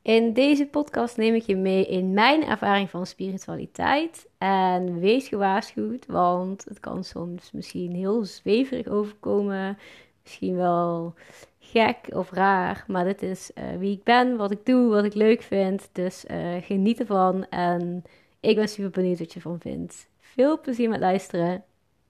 In deze podcast neem ik je mee in mijn ervaring van spiritualiteit. En wees gewaarschuwd, want het kan soms misschien heel zweverig overkomen. Misschien wel gek of raar. Maar dit is wie ik ben, wat ik doe, wat ik leuk vind. Dus geniet ervan en ik ben super benieuwd wat je ervan vindt. Veel plezier met luisteren.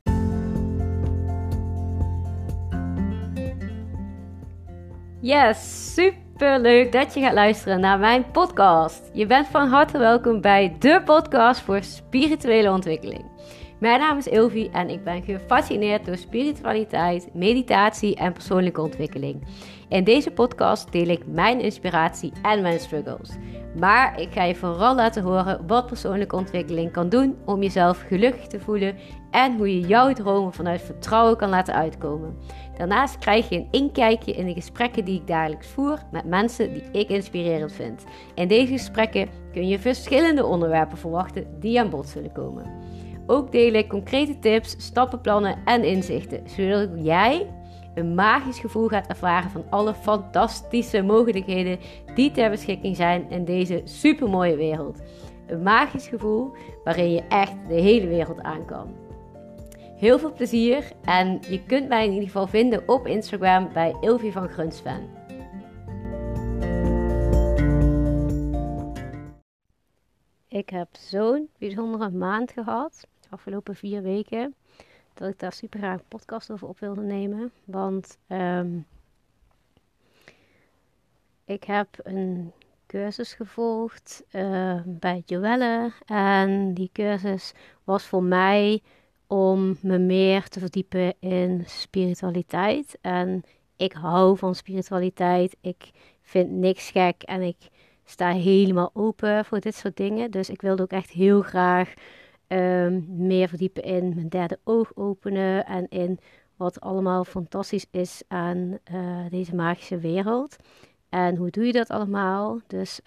Yes, super leuk dat je gaat luisteren naar mijn podcast. Je bent van harte welkom bij de podcast voor spirituele ontwikkeling. Mijn naam is Ilvi en ik ben gefascineerd door spiritualiteit, meditatie en persoonlijke ontwikkeling. In deze podcast deel ik mijn inspiratie en mijn struggles. Maar ik ga je vooral laten horen wat persoonlijke ontwikkeling kan doen om jezelf gelukkig te voelen en hoe je jouw dromen vanuit vertrouwen kan laten uitkomen. Daarnaast krijg je een inkijkje in de gesprekken die ik dagelijks voer met mensen die ik inspirerend vind. In deze gesprekken kun je verschillende onderwerpen verwachten die aan bod zullen komen. Ook deel ik concrete tips, stappenplannen en inzichten, zodat jij een magisch gevoel gaat ervaren van alle fantastische mogelijkheden die ter beschikking zijn in deze supermooie wereld. Een magisch gevoel waarin je echt de hele wereld aan kan. Heel veel plezier en je kunt mij in ieder geval vinden op Instagram bij Ilvi van Grunsven. Ik heb zo'n bijzondere maand gehad, de afgelopen 4 weken, dat ik daar super graag een podcast over op wilde nemen. Want ik heb een cursus gevolgd bij Joelle en die cursus was voor mij om me meer te verdiepen in spiritualiteit. En ik hou van spiritualiteit. Ik vind niks gek en ik sta helemaal open voor dit soort dingen. Dus ik wilde ook echt heel graag meer verdiepen in mijn derde oog openen. En in wat allemaal fantastisch is aan deze magische wereld. En hoe doe je dat allemaal? Dus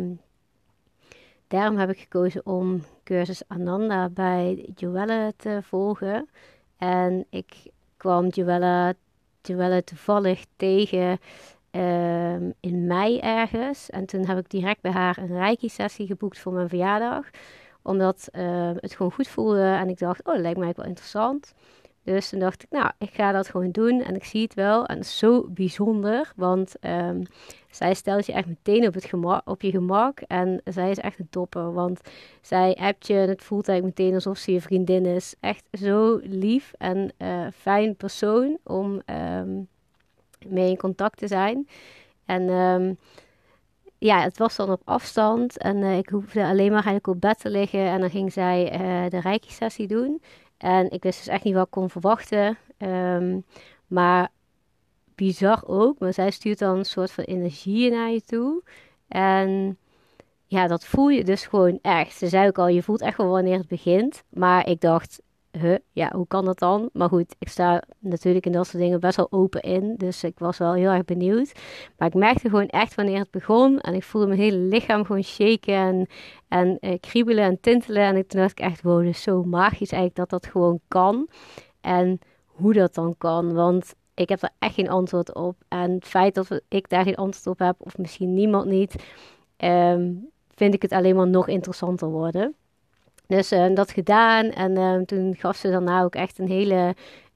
daarom heb ik gekozen om cursus Ananda bij Joelle te volgen. En ik kwam Joelle toevallig tegen in mei ergens. En toen heb ik direct bij haar een Reiki-sessie geboekt voor mijn verjaardag. Omdat het gewoon goed voelde. En ik dacht, oh, dat lijkt mij wel interessant. Dus toen dacht ik, nou, ik ga dat gewoon doen. En ik zie het wel. En het is zo bijzonder. Want zij stelt je echt meteen op je gemak. En zij is echt een topper. Want zij appt je en het voelt eigenlijk meteen alsof ze je vriendin is. Echt zo lief en fijn persoon om mee in contact te zijn. En ja, het was dan op afstand. En ik hoefde alleen maar eigenlijk op bed te liggen. En dan ging zij de Reiki-sessie doen. En ik wist dus echt niet wat ik kon verwachten. Maar bizar ook. Maar zij stuurt dan een soort van energie naar je toe. En ja, dat voel je dus gewoon echt. Ze zei ook al, je voelt echt wel wanneer het begint. Maar ik dacht, ja, hoe kan dat dan? Maar goed, ik sta natuurlijk in dat soort dingen best wel open in. Dus ik was wel heel erg benieuwd. Maar ik merkte gewoon echt wanneer het begon. En ik voelde mijn hele lichaam gewoon shaken en kriebelen en tintelen. En toen dacht ik echt, wow, dat is zo magisch eigenlijk dat dat gewoon kan. En hoe dat dan kan, want ik heb er echt geen antwoord op. En het feit dat ik daar geen antwoord op heb, of misschien niemand niet, vind ik het alleen maar nog interessanter worden. Dus dat gedaan en toen gaf ze daarna ook echt een hele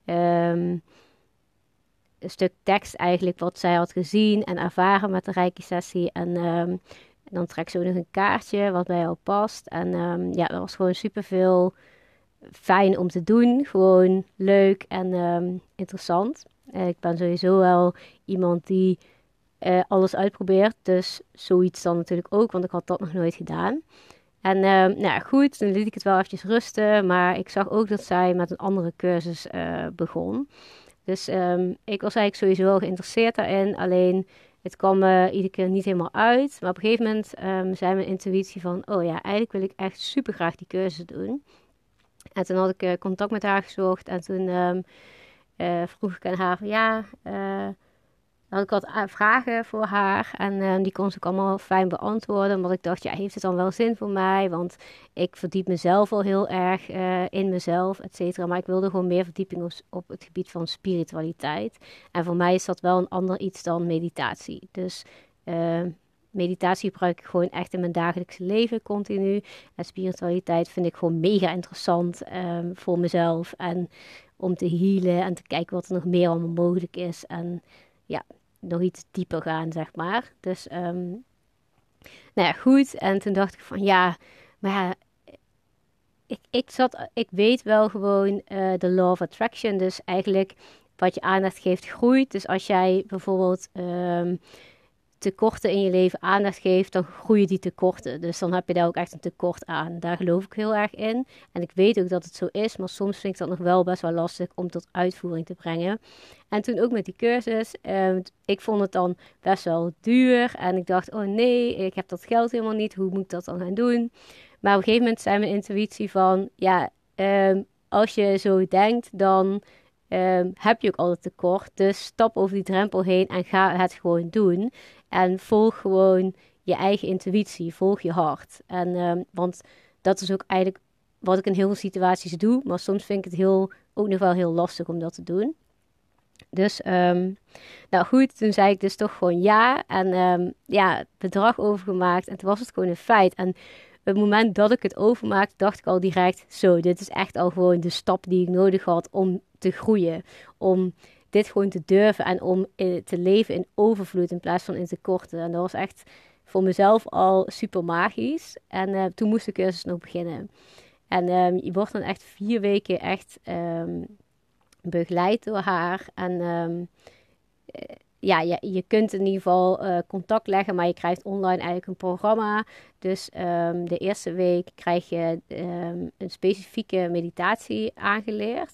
een stuk tekst eigenlijk wat zij had gezien en ervaren met de Reiki-sessie. En dan trek ze ook nog een kaartje wat bij jou past. En ja, dat was gewoon superveel fijn om te doen. Gewoon leuk en interessant. Ik ben sowieso wel iemand die alles uitprobeert. Dus zoiets dan natuurlijk ook, want ik had dat nog nooit gedaan. En nou ja, goed, dan liet ik het wel eventjes rusten. Maar ik zag ook dat zij met een andere cursus begon. Dus ik was eigenlijk sowieso wel geïnteresseerd daarin. Alleen het kwam me iedere keer niet helemaal uit. Maar op een gegeven moment zei mijn intuïtie van, oh ja, eigenlijk wil ik echt super graag die cursus doen. En toen had ik contact met haar gezocht. En toen vroeg ik aan haar van ja, had ik wat vragen voor haar. En die kon ze ook allemaal fijn beantwoorden. Omdat ik dacht, ja, heeft het dan wel zin voor mij? Want ik verdiep mezelf al heel erg in mezelf, et cetera. Maar ik wilde gewoon meer verdieping op het gebied van spiritualiteit. En voor mij is dat wel een ander iets dan meditatie. Dus meditatie gebruik ik gewoon echt in mijn dagelijkse leven continu. En spiritualiteit vind ik gewoon mega interessant voor mezelf. En om te healen en te kijken wat er nog meer allemaal mogelijk is. En ja, nog iets dieper gaan, zeg maar. Dus, nou ja, goed. En toen dacht ik van ja, maar ja, ik weet wel gewoon de law of attraction. Dus eigenlijk wat je aandacht geeft groeit. Dus als jij bijvoorbeeld tekorten in je leven aandacht geeft, dan groeien die tekorten. Dus dan heb je daar ook echt een tekort aan. Daar geloof ik heel erg in. En ik weet ook dat het zo is, maar soms vind ik dat nog wel best wel lastig om tot uitvoering te brengen. En toen ook met die cursus. Ik vond het dan best wel duur. En ik dacht, oh nee, ik heb dat geld helemaal niet. Hoe moet ik dat dan gaan doen? Maar op een gegeven moment zei mijn intuïtie van, ja, als je zo denkt, dan heb je ook altijd tekort. Dus stap over die drempel heen en ga het gewoon doen. En volg gewoon je eigen intuïtie, volg je hart. En, want dat is ook eigenlijk wat ik in heel veel situaties doe. Maar soms vind ik het ook nog wel heel lastig om dat te doen. Dus, nou goed, toen zei ik dus toch gewoon ja. En ja, het bedrag overgemaakt. En toen was het gewoon een feit. En op het moment dat ik het overmaakte, dacht ik al direct, zo, dit is echt al gewoon de stap die ik nodig had om te groeien. Om dit gewoon te durven en om te leven in overvloed in plaats van in tekorten. En dat was echt voor mezelf al super magisch. En toen moest de cursus nog beginnen. En je wordt dan echt 4 weken echt begeleid door haar. En ja, je kunt in ieder geval contact leggen, maar je krijgt online eigenlijk een programma. Dus de eerste week krijg je een specifieke meditatie aangeleerd.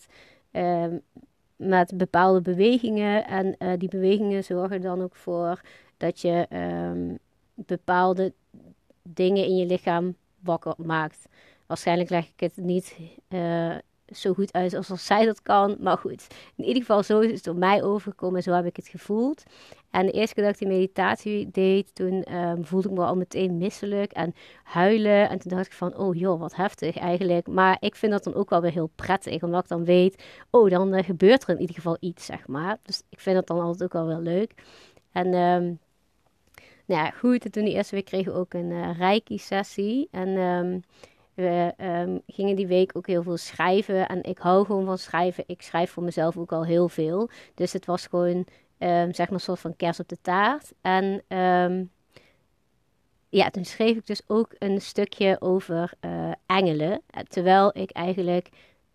Met bepaalde bewegingen. En die bewegingen zorgen dan ook voor dat je bepaalde dingen in je lichaam wakker maakt. Waarschijnlijk leg ik het niet zo goed uit als zij dat kan. Maar goed, in ieder geval zo is het door mij overgekomen. Zo heb ik het gevoeld. En de eerste keer dat ik die meditatie deed, toen voelde ik me al meteen misselijk en huilen. En toen dacht ik van, oh joh, wat heftig eigenlijk. Maar ik vind dat dan ook wel weer heel prettig, omdat ik dan weet, oh, dan gebeurt er in ieder geval iets, zeg maar. Dus ik vind dat dan altijd ook wel weer leuk. En nou ja, goed, en toen die eerste week kregen we ook een Reiki-sessie. En we gingen die week ook heel veel schrijven. En ik hou gewoon van schrijven. Ik schrijf voor mezelf ook al heel veel. Dus het was gewoon, zeg maar, een soort van kers op de taart. En ja, toen schreef ik dus ook een stukje over engelen. Terwijl ik eigenlijk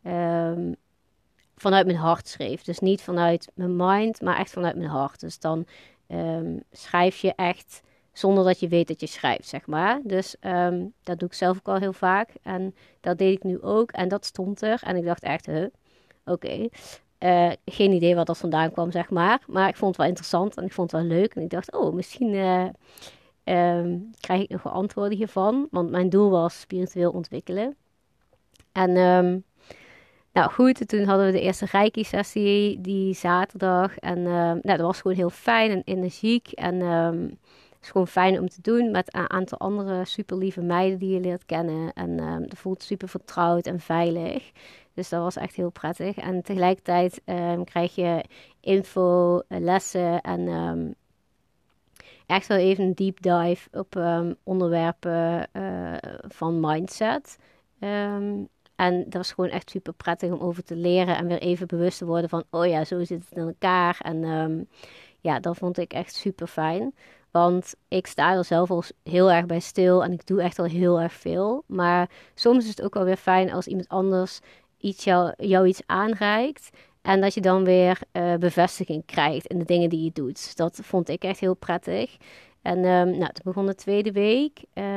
vanuit mijn hart schreef. Dus niet vanuit mijn mind, maar echt vanuit mijn hart. Dus dan schrijf je echt zonder dat je weet dat je schrijft, zeg maar. Dus dat doe ik zelf ook al heel vaak. En dat deed ik nu ook. En dat stond er. En ik dacht echt, oké. Geen idee waar dat vandaan kwam, zeg maar. Maar ik vond het wel interessant en ik vond het wel leuk. En ik dacht, oh, misschien krijg ik nog wel antwoorden hiervan. Want mijn doel was spiritueel ontwikkelen. En nou goed, toen hadden we de eerste Reiki-sessie die zaterdag. En nou, dat was gewoon heel fijn en energiek. En het is gewoon fijn om te doen met een aantal andere super lieve meiden die je leert kennen. En dat voelt super vertrouwd en veilig. Dus dat was echt heel prettig. En tegelijkertijd krijg je info, lessen en echt wel even een deep dive op onderwerpen van mindset. En dat was gewoon echt super prettig om over te leren en weer even bewust te worden van, oh ja, zo zit het in elkaar. En ja, dat vond ik echt super fijn. Want ik sta er zelf al heel erg bij stil en ik doe echt al heel erg veel. Maar soms is het ook wel weer fijn als iemand anders jou iets aanreikt. En dat je dan weer bevestiging krijgt in de dingen die je doet. Dus dat vond ik echt heel prettig. En nou, toen begon de tweede week.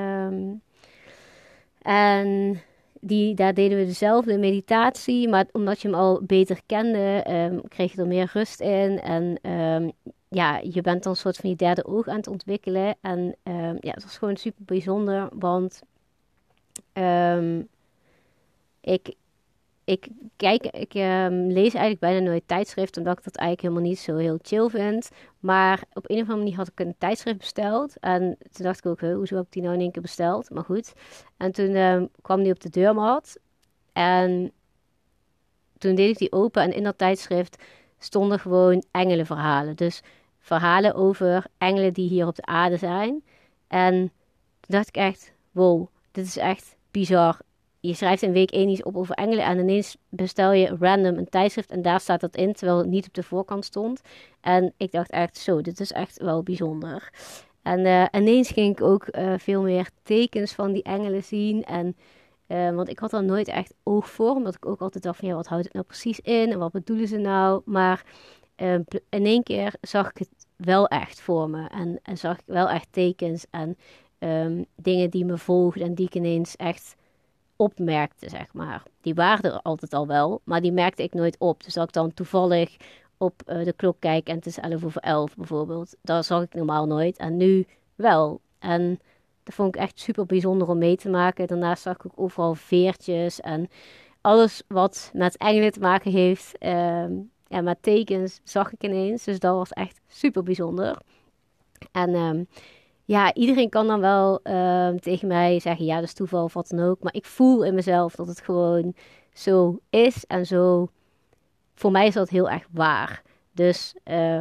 En daar deden we dezelfde meditatie. Maar omdat je hem al beter kende, kreeg je er meer rust in. En ja, je bent dan een soort van je derde oog aan het ontwikkelen. En ja, het was gewoon super bijzonder. Want ik lees eigenlijk bijna nooit tijdschrift, omdat ik dat eigenlijk helemaal niet zo heel chill vind. Maar op een of andere manier had ik een tijdschrift besteld. En toen dacht ik ook, hoezo heb ik die nou in één keer besteld? Maar goed. En toen kwam die op de deurmat. En toen deed ik die open en in dat tijdschrift stonden gewoon engelenverhalen. Dus verhalen over engelen die hier op de aarde zijn. En toen dacht ik echt, wow, dit is echt bizar. Je schrijft in week 1 iets op over engelen en ineens bestel je random een tijdschrift en daar staat dat in, terwijl het niet op de voorkant stond. En ik dacht echt, zo, dit is echt wel bijzonder. En ineens ging ik ook veel meer tekens van die engelen zien. En, want ik had er nooit echt oog voor, omdat ik ook altijd dacht van, ja, wat houdt het nou precies in en wat bedoelen ze nou? Maar in één keer zag ik het wel echt voor me. En zag ik wel echt tekens en dingen die me volgden en die ik ineens echt opmerkte, zeg maar. Die waren er altijd al wel, maar die merkte ik nooit op. Dus dat ik dan toevallig op de klok kijk en het is 11:11 bijvoorbeeld. Dat zag ik normaal nooit en nu wel. En dat vond ik echt super bijzonder om mee te maken. Daarnaast zag ik ook overal veertjes en alles wat met engelen te maken heeft. En met tekens zag ik ineens. Dus dat was echt super bijzonder. En ja, iedereen kan dan wel tegen mij zeggen, ja, dat is toeval of wat dan ook. Maar ik voel in mezelf dat het gewoon zo is. En zo, voor mij is dat heel erg waar. Dus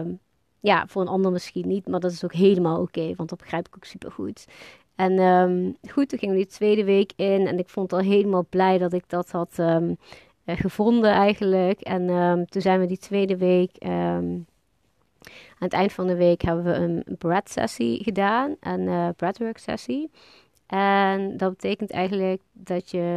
ja, voor een ander misschien niet. Maar dat is ook helemaal oké, want dat begrijp ik ook super goed. En goed, toen gingen we die tweede week in. En ik vond al helemaal blij dat ik dat had gevonden eigenlijk. En toen zijn we die tweede week... aan het eind van de week hebben we een breath-sessie gedaan, een breathwork-sessie. En dat betekent eigenlijk dat je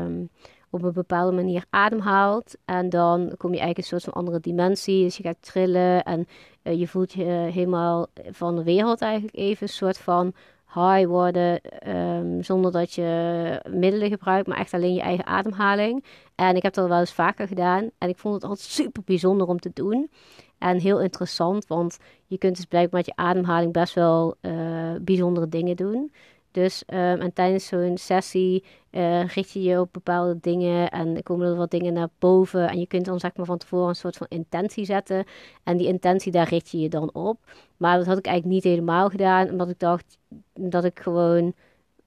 op een bepaalde manier ademhaalt. En dan kom je eigenlijk een soort van andere dimensie. Dus je gaat trillen en je voelt je helemaal van de wereld eigenlijk even. Een soort van high worden, zonder dat je middelen gebruikt, maar echt alleen je eigen ademhaling. En ik heb dat wel eens vaker gedaan. En ik vond het altijd super bijzonder om te doen. En heel interessant, want je kunt dus blijkbaar met je ademhaling best wel bijzondere dingen doen. Dus en tijdens zo'n sessie richt je je op bepaalde dingen en er komen er wat dingen naar boven. En je kunt dan zeg maar van tevoren een soort van intentie zetten. En die intentie, daar richt je je dan op. Maar dat had ik eigenlijk niet helemaal gedaan, omdat ik dacht dat ik gewoon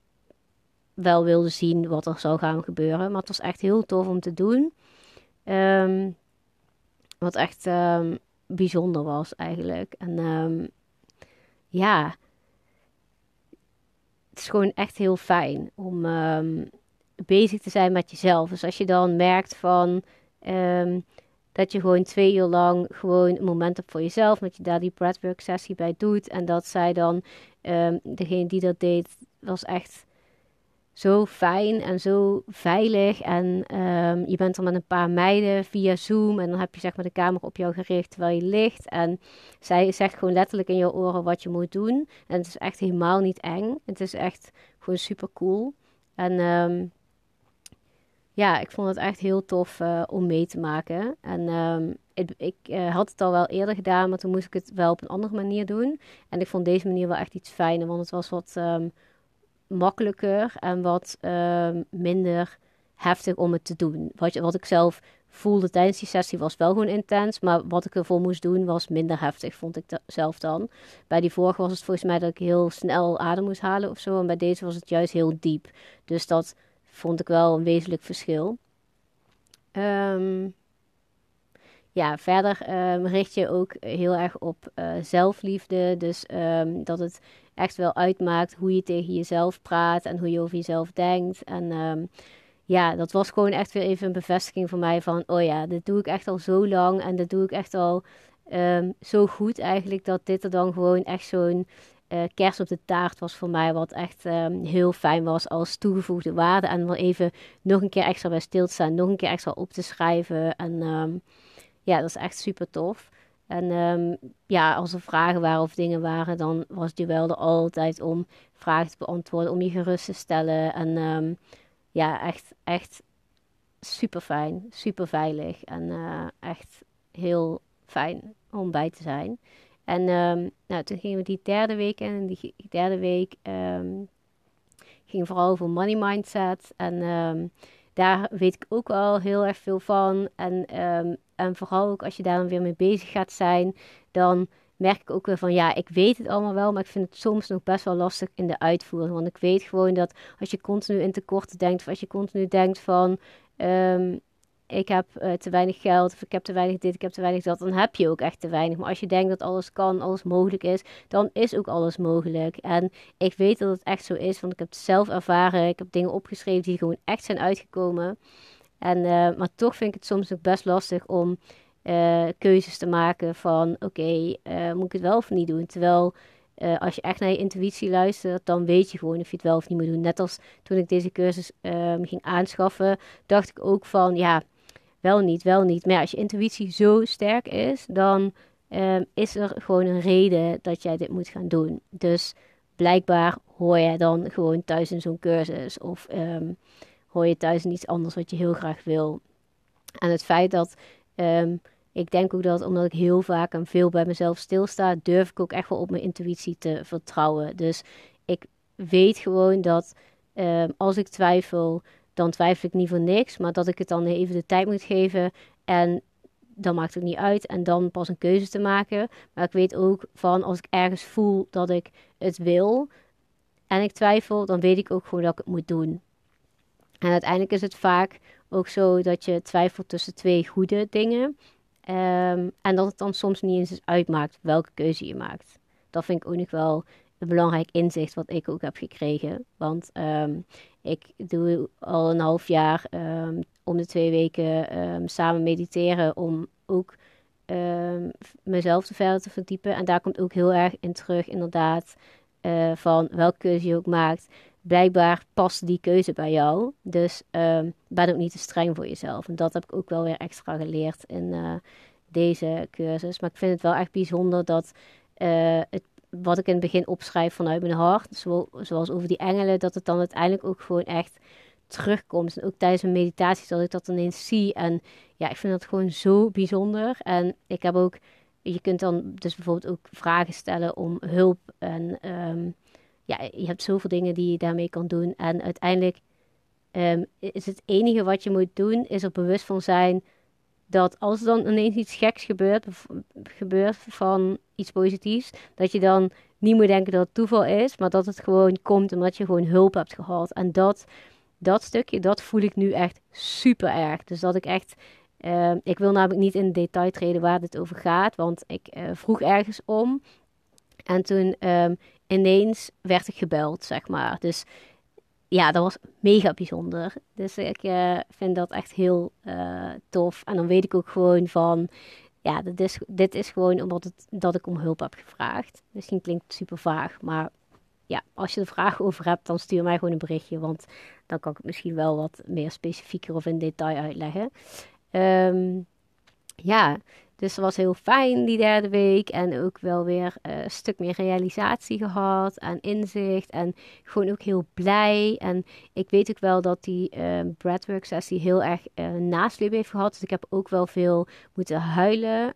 wel wilde zien wat er zou gaan gebeuren. Maar het was echt heel tof om te doen. Wat echt bijzonder was eigenlijk. En ja, het is gewoon echt heel fijn om bezig te zijn met jezelf. Dus als je dan merkt van dat je gewoon 2 uur lang gewoon een moment hebt voor jezelf, dat je daar die breathwork sessie bij doet en dat zij dan, degene die dat deed, was echt zo fijn en zo veilig. En je bent dan met een paar meiden via Zoom. En dan heb je zeg maar de camera op jou gericht terwijl je ligt. En zij zegt gewoon letterlijk in je oren wat je moet doen. En het is echt helemaal niet eng. Het is echt gewoon super cool. En ja, ik vond het echt heel tof om mee te maken. En ik had het al wel eerder gedaan, maar toen moest ik het wel op een andere manier doen. En ik vond deze manier wel echt iets fijner, want het was wat makkelijker en wat minder heftig om het te doen. Wat ik zelf voelde tijdens die sessie was wel gewoon intens, maar wat ik ervoor moest doen was minder heftig, vond ik zelf dan. Bij die vorige was het volgens mij dat ik heel snel adem moest halen of zo, en bij deze was het juist heel diep. Dus dat vond ik wel een wezenlijk verschil. Ja, verder richt je ook heel erg op zelfliefde. Dus dat het echt wel uitmaakt hoe je tegen jezelf praat en hoe je over jezelf denkt. En ja, dat was gewoon echt weer even een bevestiging voor mij van, oh ja, dit doe ik echt al zo lang en dat doe ik echt al zo goed eigenlijk, dat dit er dan gewoon echt zo'n kers op de taart was voor mij, wat echt heel fijn was als toegevoegde waarde. En wel even nog een keer extra bij stil te staan, nog een keer extra op te schrijven en ja, dat is echt super tof. En ja, als er vragen waren of dingen waren, dan was Joël er altijd om vragen te beantwoorden, om je gerust te stellen. En ja, echt super fijn, super veilig en echt heel fijn om bij te zijn. En nou, toen gingen we die derde week in. En die derde week ging vooral over money mindset. En daar weet ik ook wel heel erg veel van. En vooral ook als je daar dan weer mee bezig gaat zijn, dan merk ik ook weer van, ja, ik weet het allemaal wel, maar ik vind het soms nog best wel lastig in de uitvoering. Want ik weet gewoon dat als je continu in tekorten denkt, of als je continu denkt van, ik heb te weinig geld, of ik heb te weinig dit, ik heb te weinig dat, dan heb je ook echt te weinig. Maar als je denkt dat alles kan, alles mogelijk is, dan is ook alles mogelijk. En ik weet dat het echt zo is, want ik heb het zelf ervaren. Ik heb dingen opgeschreven die gewoon echt zijn uitgekomen. En, maar toch vind ik het soms ook best lastig om keuzes te maken van oké, moet ik het wel of niet doen? Terwijl als je echt naar je intuïtie luistert, dan weet je gewoon of je het wel of niet moet doen. Net als toen ik deze cursus ging aanschaffen, dacht ik ook van ja, wel niet, wel niet. Maar ja, als je intuïtie zo sterk is, dan is er gewoon een reden dat jij dit moet gaan doen. Dus blijkbaar hoor je dan gewoon thuis in zo'n cursus of hoor je thuis in iets anders wat je heel graag wil. En het feit dat ik denk ook dat omdat ik heel vaak en veel bij mezelf stilsta, durf ik ook echt wel op mijn intuïtie te vertrouwen. Dus ik weet gewoon dat als ik twijfel, dan twijfel ik niet voor niks, maar dat ik het dan even de tijd moet geven en dan maakt het ook niet uit en dan pas een keuze te maken. Maar ik weet ook van als ik ergens voel dat ik het wil en ik twijfel, dan weet ik ook gewoon dat ik het moet doen. En uiteindelijk is het vaak ook zo dat je twijfelt tussen twee goede dingen. En dat het dan soms niet eens uitmaakt welke keuze je maakt. Dat vind ik ook nog wel een belangrijk inzicht wat ik ook heb gekregen. Want ik doe al een half jaar om de 2 weken samen mediteren om ook mezelf te verder te verdiepen. En daar komt ook heel erg in terug inderdaad van welke keuze je ook maakt. Blijkbaar past die keuze bij jou. Dus ben ook niet te streng voor jezelf. En dat heb ik ook wel weer extra geleerd in deze cursus. Maar ik vind het wel echt bijzonder dat wat ik in het begin opschrijf vanuit mijn hart, zoals over die engelen, dat het dan uiteindelijk ook gewoon echt terugkomt. En ook tijdens mijn meditatie dat ik dat ineens zie. En ja, ik vind dat gewoon zo bijzonder. En ik heb ook, je kunt dan dus bijvoorbeeld ook vragen stellen om hulp. En ja, je hebt zoveel dingen die je daarmee kan doen. En uiteindelijk is het enige wat je moet doen, is er bewust van zijn dat als er dan ineens iets geks gebeurt van iets positiefs, dat je dan niet moet denken dat het toeval is, maar dat het gewoon komt omdat je gewoon hulp hebt gehad. En dat stukje, dat voel ik nu echt super erg. Dus dat ik echt, ik wil namelijk niet in detail treden waar dit over gaat, want ik vroeg ergens om en toen ineens werd ik gebeld, zeg maar. Dus ja, dat was mega bijzonder. Dus ik vind dat echt heel tof. En dan weet ik ook gewoon van, ja, dit is gewoon dat ik om hulp heb gevraagd. Misschien klinkt het super vaag, maar ja, als je er vragen over hebt, dan stuur mij gewoon een berichtje. Want dan kan ik het misschien wel wat meer specifieker of in detail uitleggen. Um, ja, dus het was heel fijn die derde week. En ook wel weer een stuk meer realisatie gehad en inzicht. En gewoon ook heel blij. En ik weet ook wel dat die breathwork sessie heel erg nasleep heeft gehad. Dus ik heb ook wel veel moeten huilen.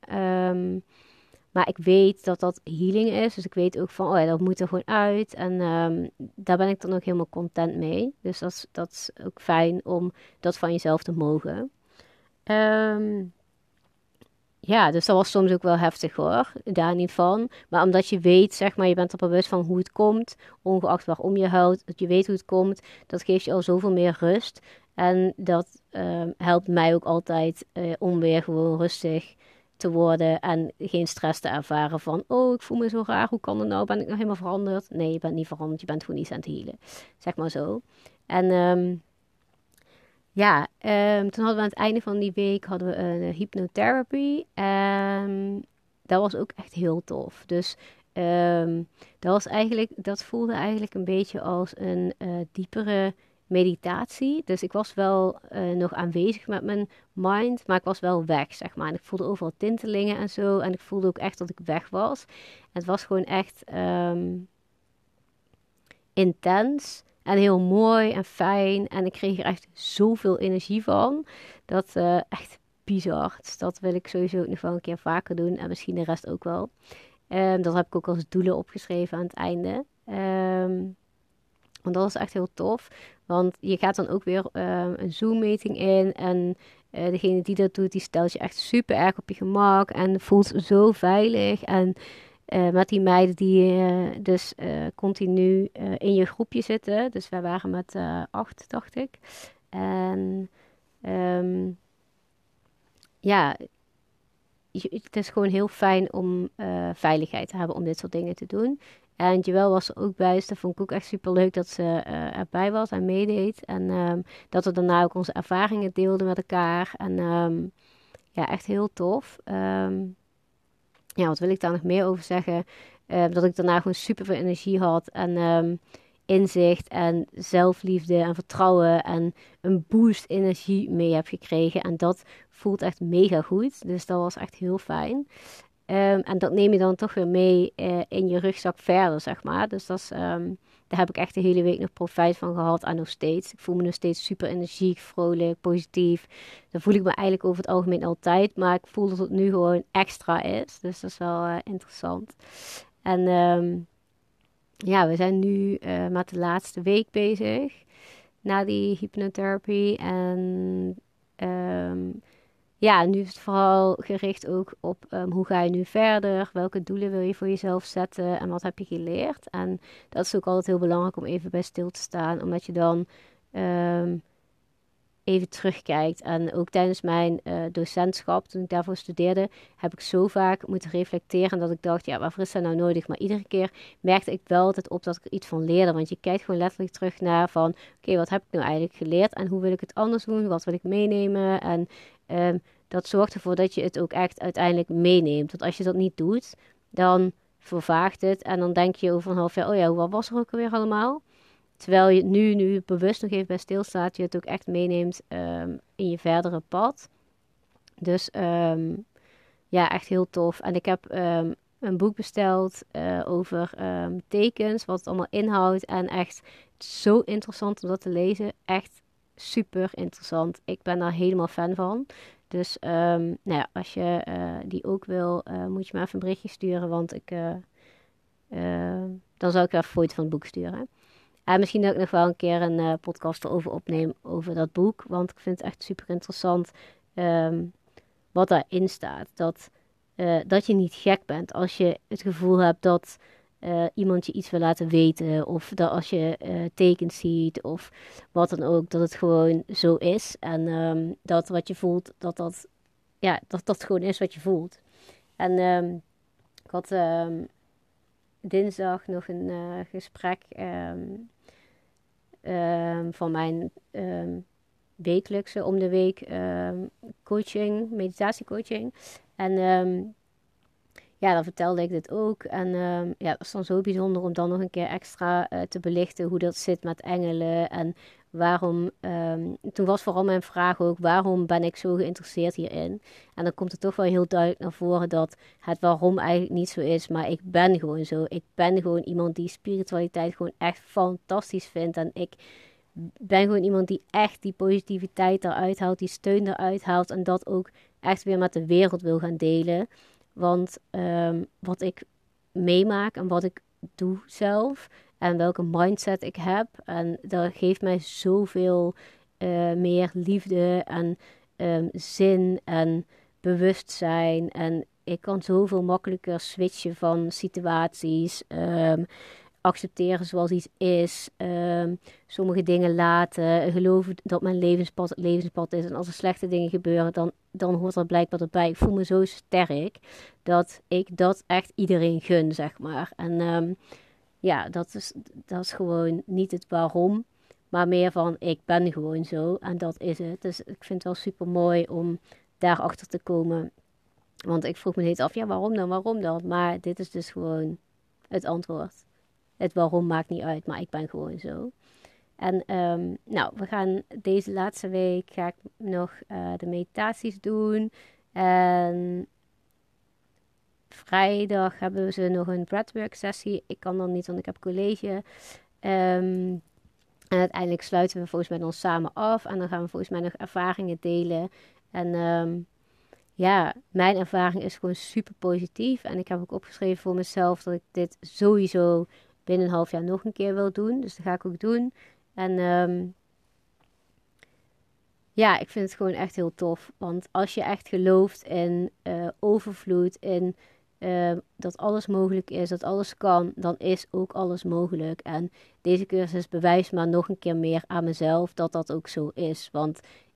Maar ik weet dat dat healing is. Dus ik weet ook van, oh ja, dat moet er gewoon uit. En daar ben ik dan ook helemaal content mee. Dus dat is ook fijn om dat van jezelf te mogen. Ja, dus dat was soms ook wel heftig hoor, daar niet van. Maar omdat je weet, zeg maar, je bent er bewust van hoe het komt, ongeacht waarom je huilt, dat je weet hoe het komt, dat geeft je al zoveel meer rust. En dat helpt mij ook altijd om weer gewoon rustig te worden en geen stress te ervaren van, oh, ik voel me zo raar, hoe kan het nou? Ben ik nog helemaal veranderd? Nee, je bent niet veranderd, je bent gewoon iets aan het healen, zeg maar zo. En ja, toen hadden we aan het einde van die week hadden we een hypnotherapy. En dat was ook echt heel tof. Dus dat voelde eigenlijk een beetje als een diepere meditatie. Dus ik was wel nog aanwezig met mijn mind, maar ik was wel weg, zeg maar. En ik voelde overal tintelingen en zo. En ik voelde ook echt dat ik weg was. En het was gewoon echt intens. En heel mooi en fijn. En ik kreeg er echt zoveel energie van. Dat echt bizar. Dus dat wil ik sowieso ook nog wel een keer vaker doen. En misschien de rest ook wel. Dat heb ik ook als doelen opgeschreven aan het einde. Want dat was echt heel tof. Want je gaat dan ook weer een Zoom-meeting in. En degene die dat doet, die stelt je echt super erg op je gemak. En voelt zo veilig. En met die meiden die dus continu in je groepje zitten. Dus wij waren met 8, dacht ik. En ja, het is gewoon heel fijn om veiligheid te hebben om dit soort dingen te doen. En Joël was er ook bij, dus dat vond ik ook echt super leuk dat ze erbij was en meedeed. En dat we daarna ook onze ervaringen deelden met elkaar. En ja, echt heel tof. Ja, wat wil ik daar nog meer over zeggen? Dat ik daarna gewoon super veel energie had en inzicht en zelfliefde en vertrouwen en een boost energie mee heb gekregen. En dat voelt echt mega goed. Dus dat was echt heel fijn. En dat neem je dan toch weer mee in je rugzak verder, zeg maar. Dus dat is, daar heb ik echt de hele week nog profijt van gehad en nog steeds. Ik voel me nog steeds super energiek, vrolijk, positief. Dat voel ik me eigenlijk over het algemeen altijd. Maar ik voel dat het nu gewoon extra is. Dus dat is wel interessant. En ja, we zijn nu met de laatste week bezig. Na die hypnotherapie. En ja, nu is het vooral gericht ook op hoe ga je nu verder? Welke doelen wil je voor jezelf zetten? En wat heb je geleerd? En dat is ook altijd heel belangrijk om even bij stil te staan. Omdat je dan even terugkijkt. En ook tijdens mijn docentschap, toen ik daarvoor studeerde, heb ik zo vaak moeten reflecteren dat ik dacht, ja, waarvoor is dat nou nodig? Maar iedere keer merkte ik wel altijd op dat ik er iets van leerde. Want je kijkt gewoon letterlijk terug naar van, oké, wat heb ik nou eigenlijk geleerd? En hoe wil ik het anders doen? Wat wil ik meenemen? En dat zorgt ervoor dat je het ook echt uiteindelijk meeneemt. Want als je dat niet doet, dan vervaagt het. En dan denk je over een half jaar, oh ja, wat was er ook alweer allemaal? Terwijl je nu bewust nog even bij stilstaat, je het ook echt meeneemt in je verdere pad. Dus ja, echt heel tof. En ik heb een boek besteld over tekens, wat het allemaal inhoudt. En echt zo interessant om dat te lezen. Echt super interessant. Ik ben daar helemaal fan van. Dus nou ja, als je die ook wil, moet je me even een berichtje sturen. Want dan zou ik even een foto van het boek sturen. En misschien dat ik nog wel een keer een podcast erover opneem over dat boek. Want ik vind het echt super interessant wat daarin staat. Dat je niet gek bent als je het gevoel hebt dat iemand je iets wil laten weten. Of dat als je tekens ziet of wat dan ook, dat het gewoon zo is. En dat wat je voelt, dat gewoon is wat je voelt. En ik had dinsdag nog een gesprek van mijn wekelijkse om de week coaching, meditatiecoaching. En ja, dan vertelde ik dit ook. En ja, dat is dan zo bijzonder om dan nog een keer extra te belichten hoe dat zit met engelen. En waarom, toen was vooral mijn vraag ook, waarom ben ik zo geïnteresseerd hierin? En dan komt het toch wel heel duidelijk naar voren dat het waarom eigenlijk niet zo is. Maar ik ben gewoon zo. Ik ben gewoon iemand die spiritualiteit gewoon echt fantastisch vindt. En ik ben gewoon iemand die echt die positiviteit eruit haalt, die steun eruit haalt. En dat ook echt weer met de wereld wil gaan delen. Want wat ik meemaak en wat ik doe zelf en welke mindset ik heb, en dat geeft mij zoveel meer liefde en zin en bewustzijn. En ik kan zoveel makkelijker switchen van situaties. Accepteren zoals iets is. Sommige dingen laten. Geloven dat mijn levenspad het levenspad is. En als er slechte dingen gebeuren, dan hoort dat blijkbaar erbij. Ik voel me zo sterk dat ik dat echt iedereen gun, zeg maar. En ja, dat is gewoon niet het waarom. Maar meer van, ik ben gewoon zo. En dat is het. Dus ik vind het wel super mooi om daarachter te komen. Want ik vroeg me niet af, ja, waarom dan? Waarom dan? Maar dit is dus gewoon het antwoord. Het waarom maakt niet uit, maar ik ben gewoon zo. En nou, we gaan deze laatste week ga ik nog de meditaties doen. En vrijdag hebben ze nog een breathwork sessie. Ik kan dan niet, want ik heb college. En uiteindelijk sluiten we volgens mij dan samen af. En dan gaan we volgens mij nog ervaringen delen. En ja, mijn ervaring is gewoon super positief. En ik heb ook opgeschreven voor mezelf dat ik dit sowieso binnen een half jaar nog een keer wil doen. Dus dat ga ik ook doen. En ja, ik vind het gewoon echt heel tof. Want als je echt gelooft in overvloed, in dat alles mogelijk is, dat alles kan, dan is ook alles mogelijk. En deze cursus bewijst maar nog een keer meer aan mezelf dat dat ook zo is. Want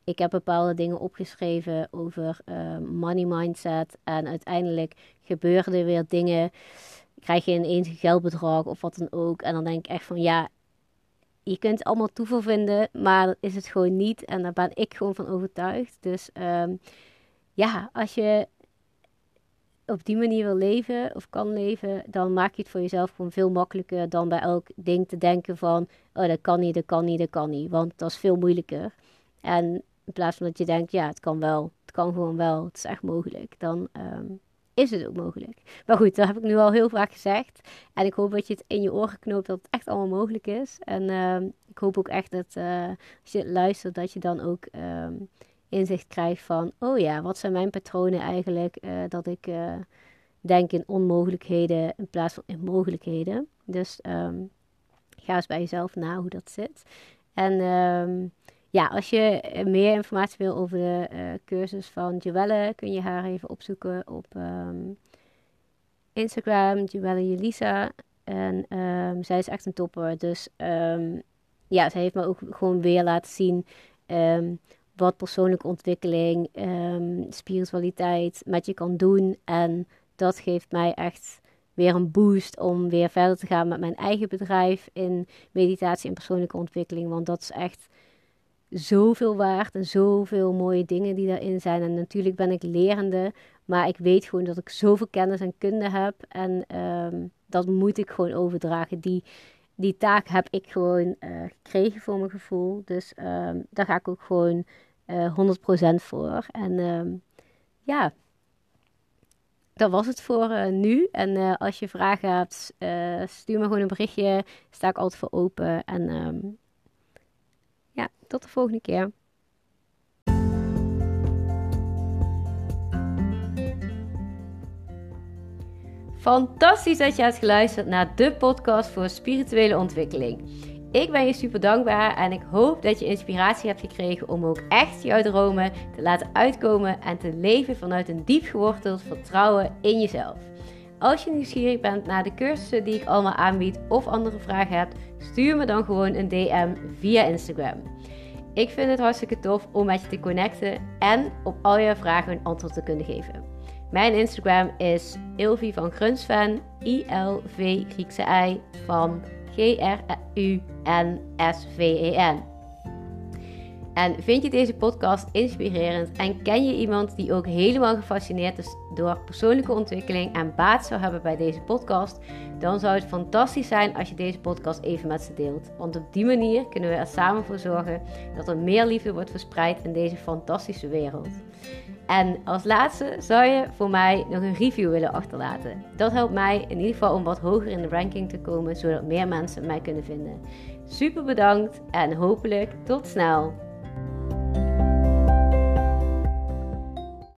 ik heb bepaalde dingen opgeschreven over money mindset. En uiteindelijk gebeuren er weer dingen. Krijg je ineens een geldbedrag of wat dan ook. En dan denk ik echt van ja, je kunt allemaal toeval vinden, maar dat is het gewoon niet. En daar ben ik gewoon van overtuigd. Dus ja, als je op die manier wil leven of kan leven, dan maak je het voor jezelf gewoon veel makkelijker dan bij elk ding te denken van, oh dat kan niet, dat kan niet, dat kan niet. Want dat is veel moeilijker. En in plaats van dat je denkt, ja het kan wel, het kan gewoon wel, het is echt mogelijk. Dan is het ook mogelijk. Maar goed, dat heb ik nu al heel vaak gezegd. En ik hoop dat je het in je oren knoopt dat het echt allemaal mogelijk is. En ik hoop ook echt dat als je het luistert, dat je dan ook inzicht krijgt van, oh ja, wat zijn mijn patronen eigenlijk? Dat ik denk in onmogelijkheden in plaats van in mogelijkheden. Dus ga eens bij jezelf na hoe dat zit. En ja, als je meer informatie wil over de cursus van Joelle, kun je haar even opzoeken op Instagram, Joelle Jelisa. En zij is echt een topper. Dus ja, zij heeft me ook gewoon weer laten zien wat persoonlijke ontwikkeling, spiritualiteit met je kan doen. En dat geeft mij echt weer een boost om weer verder te gaan met mijn eigen bedrijf in meditatie en persoonlijke ontwikkeling. Want dat is echt zoveel waard en zoveel mooie dingen die daarin zijn. En natuurlijk ben ik lerende, maar ik weet gewoon dat ik zoveel kennis en kunde heb. En dat moet ik gewoon overdragen. Die taak heb ik gewoon gekregen voor mijn gevoel. Dus daar ga ik ook gewoon 100% voor. En ja, dat was het voor nu. En als je vragen hebt, stuur me gewoon een berichtje. Sta ik altijd voor open. En ja, tot de volgende keer. Fantastisch dat je hebt geluisterd naar de podcast voor spirituele ontwikkeling. Ik ben je super dankbaar en ik hoop dat je inspiratie hebt gekregen om ook echt jouw dromen te laten uitkomen en te leven vanuit een diep geworteld vertrouwen in jezelf. Als je nieuwsgierig bent naar de cursussen die ik allemaal aanbied of andere vragen hebt, stuur me dan gewoon een DM via Instagram. Ik vind het hartstikke tof om met je te connecten en op al je vragen een antwoord te kunnen geven. Mijn Instagram is Ilvi van Grunsven, ILV Griekse I van GRUNSVEN. En vind je deze podcast inspirerend en ken je iemand die ook helemaal gefascineerd is door persoonlijke ontwikkeling en baat zou hebben bij deze podcast, dan zou het fantastisch zijn als je deze podcast even met ze deelt. Want op die manier kunnen we er samen voor zorgen dat er meer liefde wordt verspreid in deze fantastische wereld. En als laatste zou je voor mij nog een review willen achterlaten. Dat helpt mij in ieder geval om wat hoger in de ranking te komen, zodat meer mensen mij kunnen vinden. Super bedankt en hopelijk tot snel!